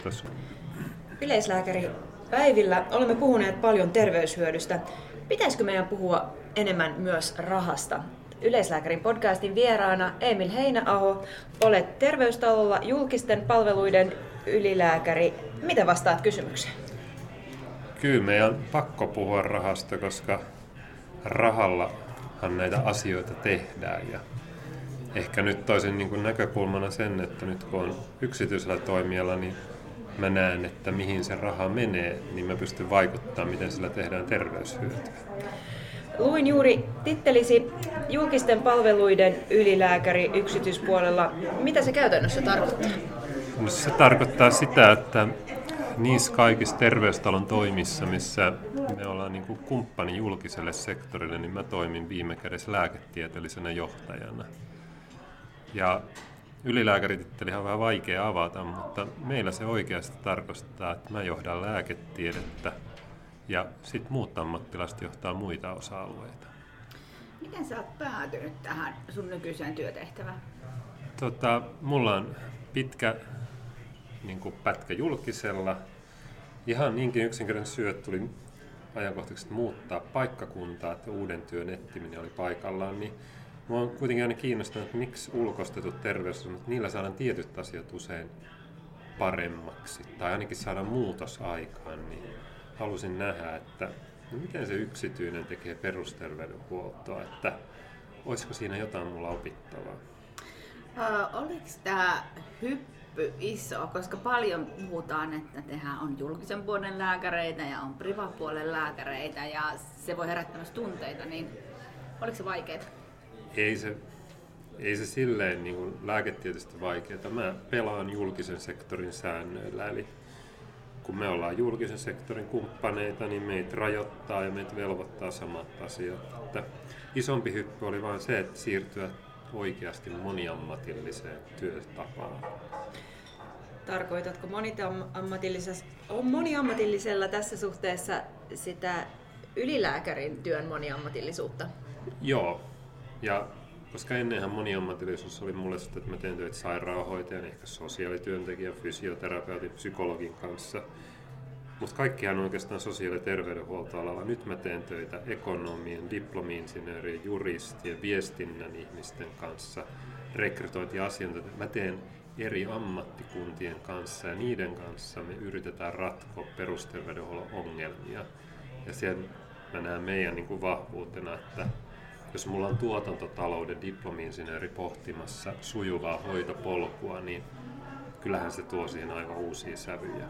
Kiitos. Yleislääkäri päivillä olemme puhuneet paljon terveyshyödystä. Pitäisikö meidän puhua enemmän myös rahasta? Yleislääkärin podcastin vieraana Emil Heinäaho, olet Terveystalolla julkisten palveluiden ylilääkäri. Miten vastaat kysymykseen? Kyllä meidän on pakko puhua rahasta, koska rahallahan näitä asioita tehdään. Ja ehkä nyt toisin näkökulmana sen, että nyt kun on yksityisellä toimijalla, niin mä näen, että mihin se raha menee, niin mä pystyn vaikuttamaan, miten sillä tehdään terveyshyötyä. Luin juuri tittelisi julkisten palveluiden ylilääkäri yksityispuolella. Mitä se käytännössä tarkoittaa? No, se tarkoittaa sitä, että niissä kaikissa terveystalon toimissa, missä me ollaan niin kuin kumppani julkiselle sektorille, niin mä toimin viime kädessä lääketieteellisenä johtajana. Ja ylilääkäritittelihan on vähän vaikea avata, mutta meillä se oikeasti tarkoittaa, että mä johdan lääketiedettä ja sitten muut ammattilaiset johtaa muita osa-alueita. Miten sä oot päätynyt tähän sun nykyiseen työtehtävään? Mulla on pitkä pätkä julkisella. Ihan niinkin yksinkertainen syy, että tuli ajankohtaisesti muuttaa paikkakuntaa, että uuden työn etsiminen oli paikallaan, niin minua on kuitenkin aina kiinnostanut, että miksi ulkoistetut terveysasemat, niillä saadaan tietyt asiat usein paremmaksi tai ainakin saadaan muutos aikaan, niin halusin nähdä, että miten se yksityinen tekee perusterveydenhuoltoa, että olisiko siinä jotain mulla opittavaa. Oliko tämä hyppy iso, koska paljon puhutaan, että tehdään on julkisen puolen lääkäreitä ja on privapuolen lääkäreitä ja se voi herättää myös tunteita, niin oliko se vaikeaa? Ei se silleen lääketieteellisesti vaikeaa. Mä pelaan julkisen sektorin säännöillä, eli kun me ollaan julkisen sektorin kumppaneita, niin meitä rajoittaa ja meitä velvoittaa samat asiat. Että isompi hyppy oli vain se, että siirtyä oikeasti moniammatilliseen työtapaan. Tarkoitatko moniammatillisella tässä suhteessa sitä ylilääkärin työn moniammatillisuutta? Joo, ja koska ennenhän moniammatillisuus oli mulle sitä, että mä teen töitä sairaanhoitajan, ehkä sosiaalityöntekijän, fysioterapeutin, psykologin kanssa. Mutta kaikkihan oikeastaan sosiaali- ja terveydenhuoltoalalla. Nyt mä teen töitä ekonomien, diplomi-insinöörien, juristien, viestinnän ihmisten kanssa, rekrytointiasiantuntijoita. Mä teen eri ammattikuntien kanssa ja niiden kanssa me yritetään ratkoa perusterveydenhuollon ongelmia. Ja sen mä näen meidän vahvuutena, että jos mulla on tuotantotalouden diplomi-insinööri pohtimassa sujuvaa hoitopolkua, niin kyllähän se tuo siihen aivan uusia sävyjä.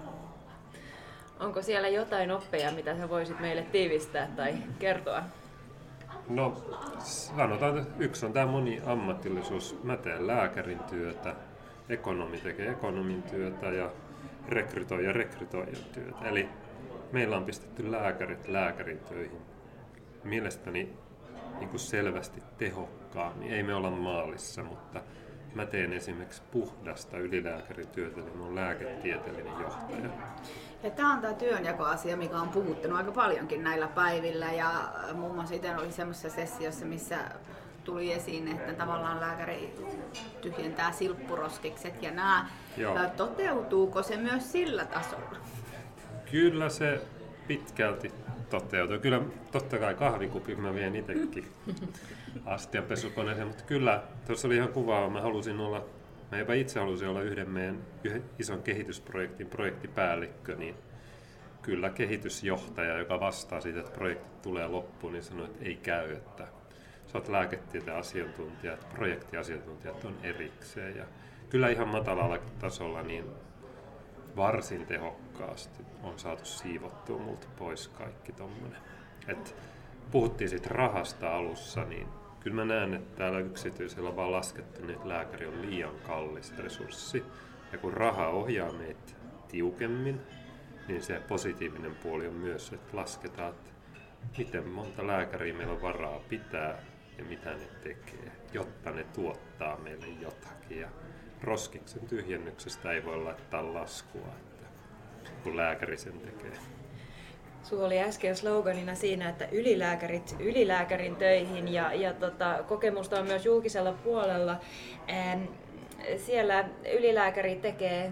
Onko siellä jotain oppeja, mitä sä voisit meille tiivistää tai kertoa? No sanotaan, että yksi on tämä moniammatillisuus. Mä teen lääkärin työtä, ekonomi tekee ekonomin työtä ja rekrytoijan työtä. Eli meillä on pistetty lääkärit lääkärin töihin. Mielestäni selvästi tehokkaammin. Ei me olla maalissa, mutta mä teen esimerkiksi puhdasta ylilääkärityötä, niin mä oon lääketieteellinen johtaja. Ja tämä on tämä työnjakoasia, mikä on puhuttanut aika paljonkin näillä päivillä. Ja muun muassa itse oli semmoisessa sessiossa, missä tuli esiin, että tavallaan lääkäri tyhjentää silppuroskikset ja nämä. Toteutuuko se myös sillä tasolla? Kyllä se pitkälti toteutuu. Kyllä totta kai kahvikuppi mä vien itsekin astianpesukoneeseen, mutta kyllä tuossa oli ihan kuvaava. Mä jopa itse halusin olla yhden ison kehitysprojektin projektipäällikkö, niin kyllä kehitysjohtaja, joka vastaa siitä, että projekti tulee loppuun, niin sanoi, että ei käy, että sä oot lääketieteen asiantuntija, että projektiasiantuntijat on erikseen. Ja kyllä ihan matalalla tasolla niin varsin tehokkaasti on saatu siivottua multa pois kaikki tommonen. Et puhuttiin siitä rahasta alussa, niin kyllä mä näen, että täällä yksityisellä on vaan laskettu, että lääkäri on liian kallis resurssi. Ja kun raha ohjaa meitä tiukemmin, niin se positiivinen puoli on myös, että lasketaan, että miten monta lääkäriä meillä on varaa pitää ja mitä ne tekee, jotta ne tuottaa meille jotakin. Ja roskiksen tyhjennyksestä ei voi laittaa laskua, että kun lääkäri sen tekee. Sulla oli äsken sloganina siinä, että ylilääkärit ylilääkärin töihin ja kokemusta on myös julkisella puolella. Siellä ylilääkäri tekee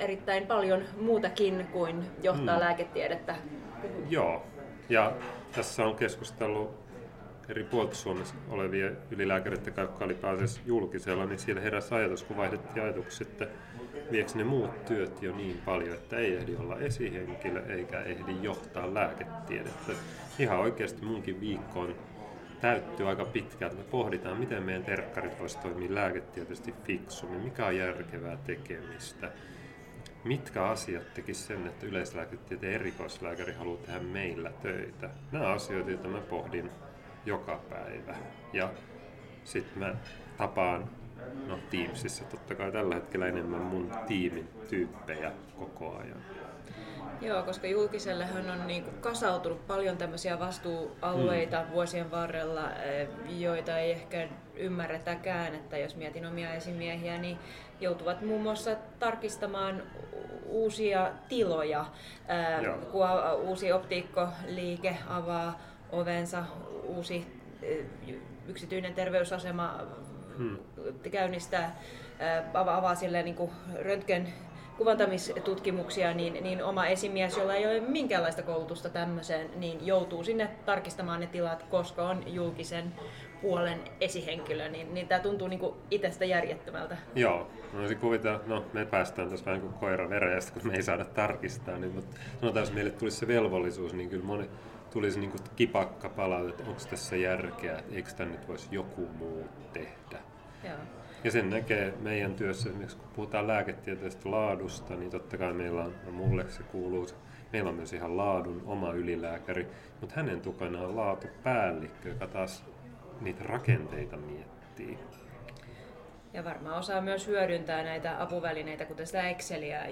erittäin paljon muutakin kuin johtaa lääketiedettä. Joo, ja tässä on keskustellut eri puolta Suomessa olevia ylilääkäreitä, jotka oli pääasiassa julkisella, niin siellä heräsi ajatus, kun vaihdettiin ajatuksia, että viekö ne muut työt jo niin paljon, että ei ehdi olla esihenkilö eikä ehdi johtaa lääketiedettä. Ihan oikeasti munkin viikkoon täyttyy aika pitkään, että me pohditaan, miten meidän terkkarit voisi toimia lääketieteellisesti fiksummin, mikä on järkevää tekemistä. Mitkä asiat tekisivät sen, että yleislääketieteen erikoislääkäri haluaa tehdä meillä töitä? Nämä asioita, joita mä pohdin joka päivä. Ja sitten mä tapaan Teamsissa totta kai tällä hetkellä enemmän mun tiimin tyyppejä koko ajan. Joo, koska julkisellehan on niinku kasautunut paljon tämmöisiä vastuualueita vuosien varrella, joita ei ehkä ymmärretäkään, että jos mietin omia esimiehiä, niin joutuvat muun muassa tarkistamaan uusia tiloja, kun uusi optiikkoliike avaa ovensa, uusi yksityinen terveysasema käynnistää, avaa silleen niin kuin röntgen kuvantamistutkimuksia, niin oma esimies, jolla ei ole minkäänlaista koulutusta tämmöiseen, niin joutuu sinne tarkistamaan ne tilat, koska on julkisen puolen esihenkilö, niin tämä tuntuu niinku itsestä järjettömältä. Joo, voisin kuvitella, me päästään tässä vähän kuin koira veräjästä, kun me ei saada tarkistaa, niin, mutta sanotaan, jos meille tulisi se velvollisuus, niin kyllä moni tulisi niinku kipakka palaute, että onko tässä järkeä, että eikö tämän nyt voisi joku muu tehdä. Joo. Ja sen näkee meidän työssä, esimerkiksi kun puhutaan lääketieteellisestä laadusta, niin totta kai meillä on, mulle se kuuluu, meillä on myös ihan laadun oma ylilääkäri, mutta hänen tukana on laatupäällikkö, joka taas niitä rakenteita miettii. Ja varmaan osaa myös hyödyntää näitä apuvälineitä, kuten sitä Exceliä,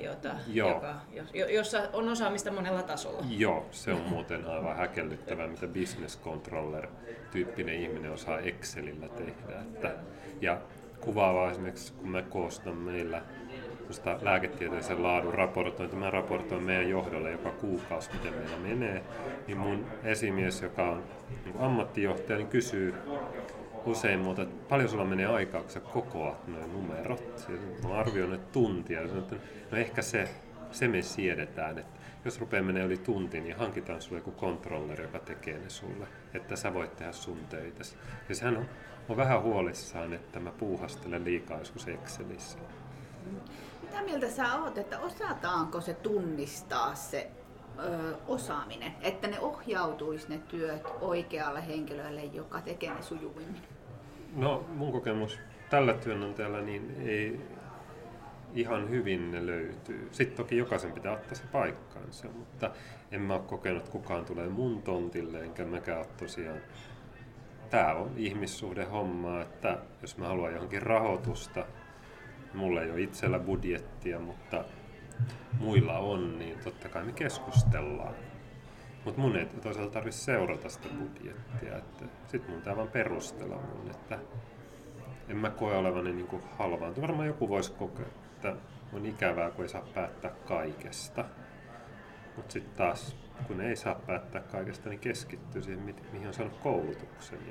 jossa on osaamista monella tasolla. Joo, se on muuten aivan häkellyttävää, mitä business controller-tyyppinen ihminen osaa Excelillä tehdä. Ja kuvaavaa esimerkiksi, kun mä koostan meillä lääketieteellisen laadun raportointia, mä raportoin meidän johdolle joka kuukausi, miten meillä menee, niin mun esimies, joka on ammattijohtaja, niin kysyy usein muuta, että paljon sulla menee aikaa, kun sä kokoat nuo numerot. Mä arvioin ne tuntia ja sanon, että no ehkä se me siedetään, että jos rupeaa menee yli tunti, niin hankitaan sulle joku controller, joka tekee ne sulle, että sä voit tehdä sun töitäsi. Ja sehän on vähän huolissaan, että mä puuhastelen liikaa joskus Excelissä. Mitä mieltä sä oot, että osataanko se tunnistaa se osaaminen, että ne ohjautuisi ne työt oikealle henkilölle, joka tekee ne sujuvimmin? No mun kokemus tällä työnantajalla niin ei ihan hyvin ne löytyy. Sitten toki jokaisen pitää ottaa se paikkaansa, mutta en mä ole kokenut, että kukaan tulee mun tontille, enkä mäkään ole tosiaan. Tää on ihmissuhdehommaa, että jos mä haluan johonkin rahoitusta, mulla ei ole itsellä budjettia, mutta muilla on, niin totta kai me keskustellaan. Mutta mun ei toisaalta tarvitse seurata sitä budjettia. Sitten mun tää vaan perustella mun, että en mä koe olevani niinku halvaantunut. Varmaan joku voisi kokea, että on ikävää, kun ei saa päättää kaikesta. Mutta sitten taas, kun ei saa päättää kaikesta, niin keskittyy siihen, mihin on saanut koulutuksen.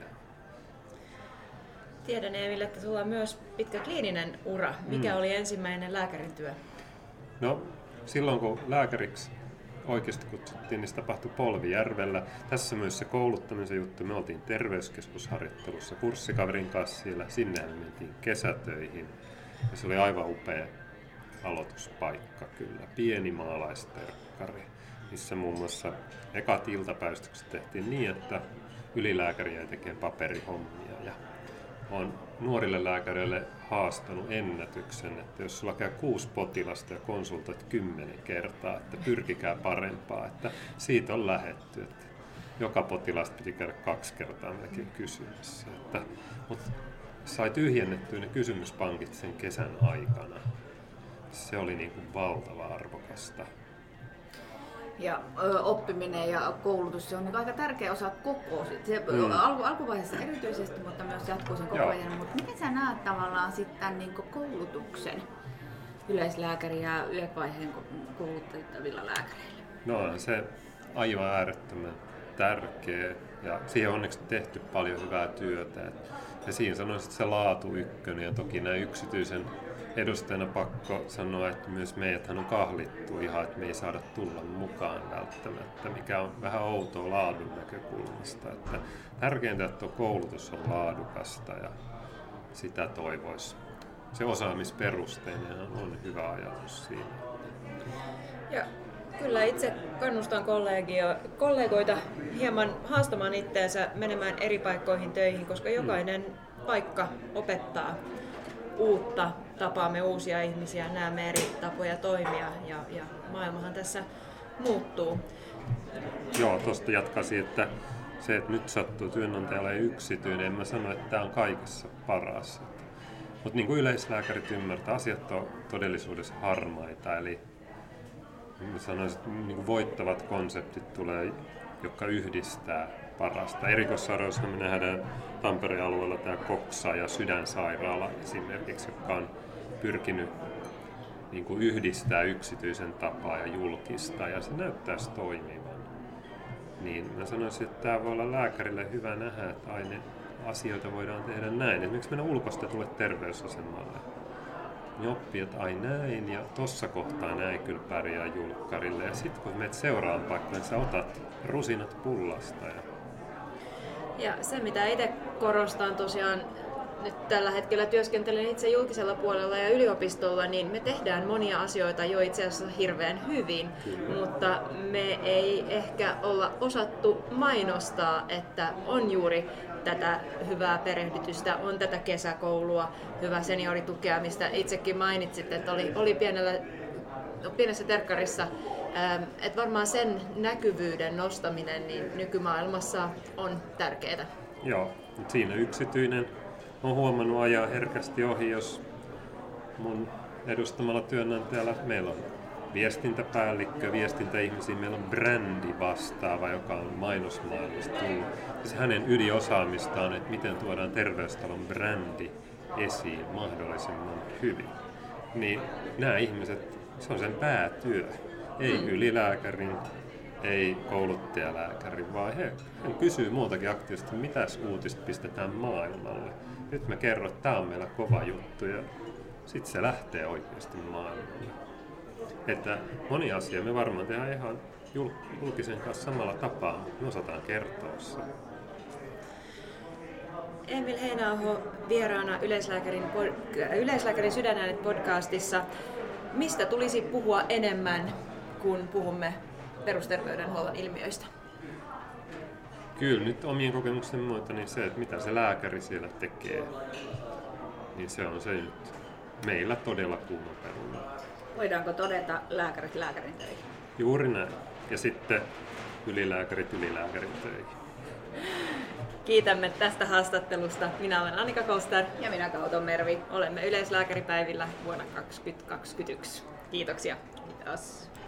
Tiedän, Emil, että sulla on myös pitkä kliininen ura. Mikä oli ensimmäinen lääkärin työ? No, silloin kun lääkäriksi oikeasti kutsuttiin, niin se tapahtui Polvijärvellä. Tässä myös se kouluttamisen juttu. Me oltiin terveyskeskusharjoittelussa kurssikaverin kanssa siellä. Sinnehän me mentiin kesätöihin. Ja se oli aivan upea aloituspaikka kyllä. Pieni maalaisterkkari, missä muun muassa ekat iltapäivystykset tehtiin niin, että ylilääkäri jäi tekemään paperihommia. Ja olen nuorille lääkäreille haastanut ennätyksen, että jos sulla käy 6 potilasta ja konsultoit 10 kertaa, että pyrkikää parempaa, että siitä on lähdetty. Että joka potilasta piti käydä 2 kertaa melkein kysymässä. Mutta sai tyhjennettyä ne kysymyspankit sen kesän aikana. Se oli niin kuin valtava arvokasta. Ja oppiminen ja koulutus, se on aika tärkeä osa koko. Se alkuvaiheessa erityisesti, mutta myös jatkuisen koko ajan. Mutta miten sä näet tavallaan sitten niin koulutuksen yleislääkäri ja yövaiheen koulutettavilla lääkäreillä? No on se aivan äärettömän tärkeä ja siihen on onneksi tehty paljon hyvää työtä. Ja siinä sanoisin, että se laatu ykkönen ja toki nämä yksityisen edustajana pakko sanoa, että myös meidäthän on kahlittu ihan, että me ei saada tulla mukaan välttämättä, mikä on vähän outoa laadun näkökulmasta. Että tärkeintä, että tuo koulutus on laadukasta ja sitä toivoisi. Se osaamisperusteinen on hyvä ajatus siinä. Ja kyllä itse kannustan kollegoita hieman haastamaan itseensä menemään eri paikkoihin töihin, koska jokainen paikka opettaa uutta, tapaamme uusia ihmisiä, näemme eri tapoja toimia ja maailmahan tässä muuttuu. Joo, tuosta jatkaisin, että se, että nyt sattuu työnantajalle yksityinen, en mä sano, että tämä on kaikessa paras. Mutta niin kuin yleislääkärit ymmärtää, asiat on todellisuudessa harmaita, eli mä sanoisin, että niin kuin voittavat konseptit tulee, jotka yhdistää parasta. Erikoissairaudessa me nähdään Tampereen alueella tämä Koksa ja Sydänsairaala esimerkiksi, joka on pyrkinyt niin kuin yhdistää yksityisen tapaa ja julkista, ja se näyttäisi toimivan. Niin mä sanoisin, että tämä voi olla lääkärille hyvä nähdä, että asioita voidaan tehdä näin. Esimerkiksi mennä ulkoistetulle terveysasemalle. Niin oppii, että ai näin, ja tossa kohtaa näin kyllä pärjää julkkarille. Ja sitten kun menet seuraan paikkaan, niin sä otat rusinat pullasta. Ja se, mitä itse korostan tosiaan, nyt tällä hetkellä työskentelen itse julkisella puolella ja yliopistolla, niin me tehdään monia asioita jo itse asiassa hirveän hyvin, mutta me ei ehkä olla osattu mainostaa, että on juuri tätä hyvää perehdytystä, on tätä kesäkoulua, hyvää senioritukea, mistä itsekin mainitsit, että oli pienessä terkkarissa, että varmaan sen näkyvyyden nostaminen niin nykymaailmassa on tärkeää. Joo, mutta siinä yksityinen on huomannut ajaa herkästi ohi, jos mun edustamalla työnantajalla meillä on viestintäpäällikkö, viestintäihmisiä, meillä on brändi vastaava, joka on mainosmaailmasta tullut. Siis hänen ydinosaamistaan, että miten tuodaan terveystalon brändi esiin mahdollisimman hyvin. Niin nämä ihmiset, se on sen päätyö. Ei ylilääkärin, ei kouluttajalääkärin, vaan he kysyy muutakin aktiivisesti, mitäs uutista pistetään maailmalle. Nyt me kerron, että tämä on meillä kova juttu ja sitten se lähtee oikeasti maailmalle. Että moni asia me varmaan tehdään ihan julkisen kanssa samalla tapaa, mutta me osataan kertoa se. Emil Heinä-aho vieraana Yleislääkärin Sydänäänet podcastissa. Mistä tulisi puhua enemmän, kun puhumme perusterveydenhuollon ilmiöistä? Kyllä, nyt omien kokemusten muuta niin se, että mitä se lääkäri siellä tekee, niin se on se nyt meillä todella kuuma peruna. Voidaanko todeta lääkärit lääkärin töihin? Juuri näin. Ja sitten ylilääkärit töihin. Kiitämme tästä haastattelusta. Minä olen Annika Koustar. Ja minä Kauton Mervi. Olemme yleislääkäripäivillä vuonna 2021. Kiitoksia. Kiitos.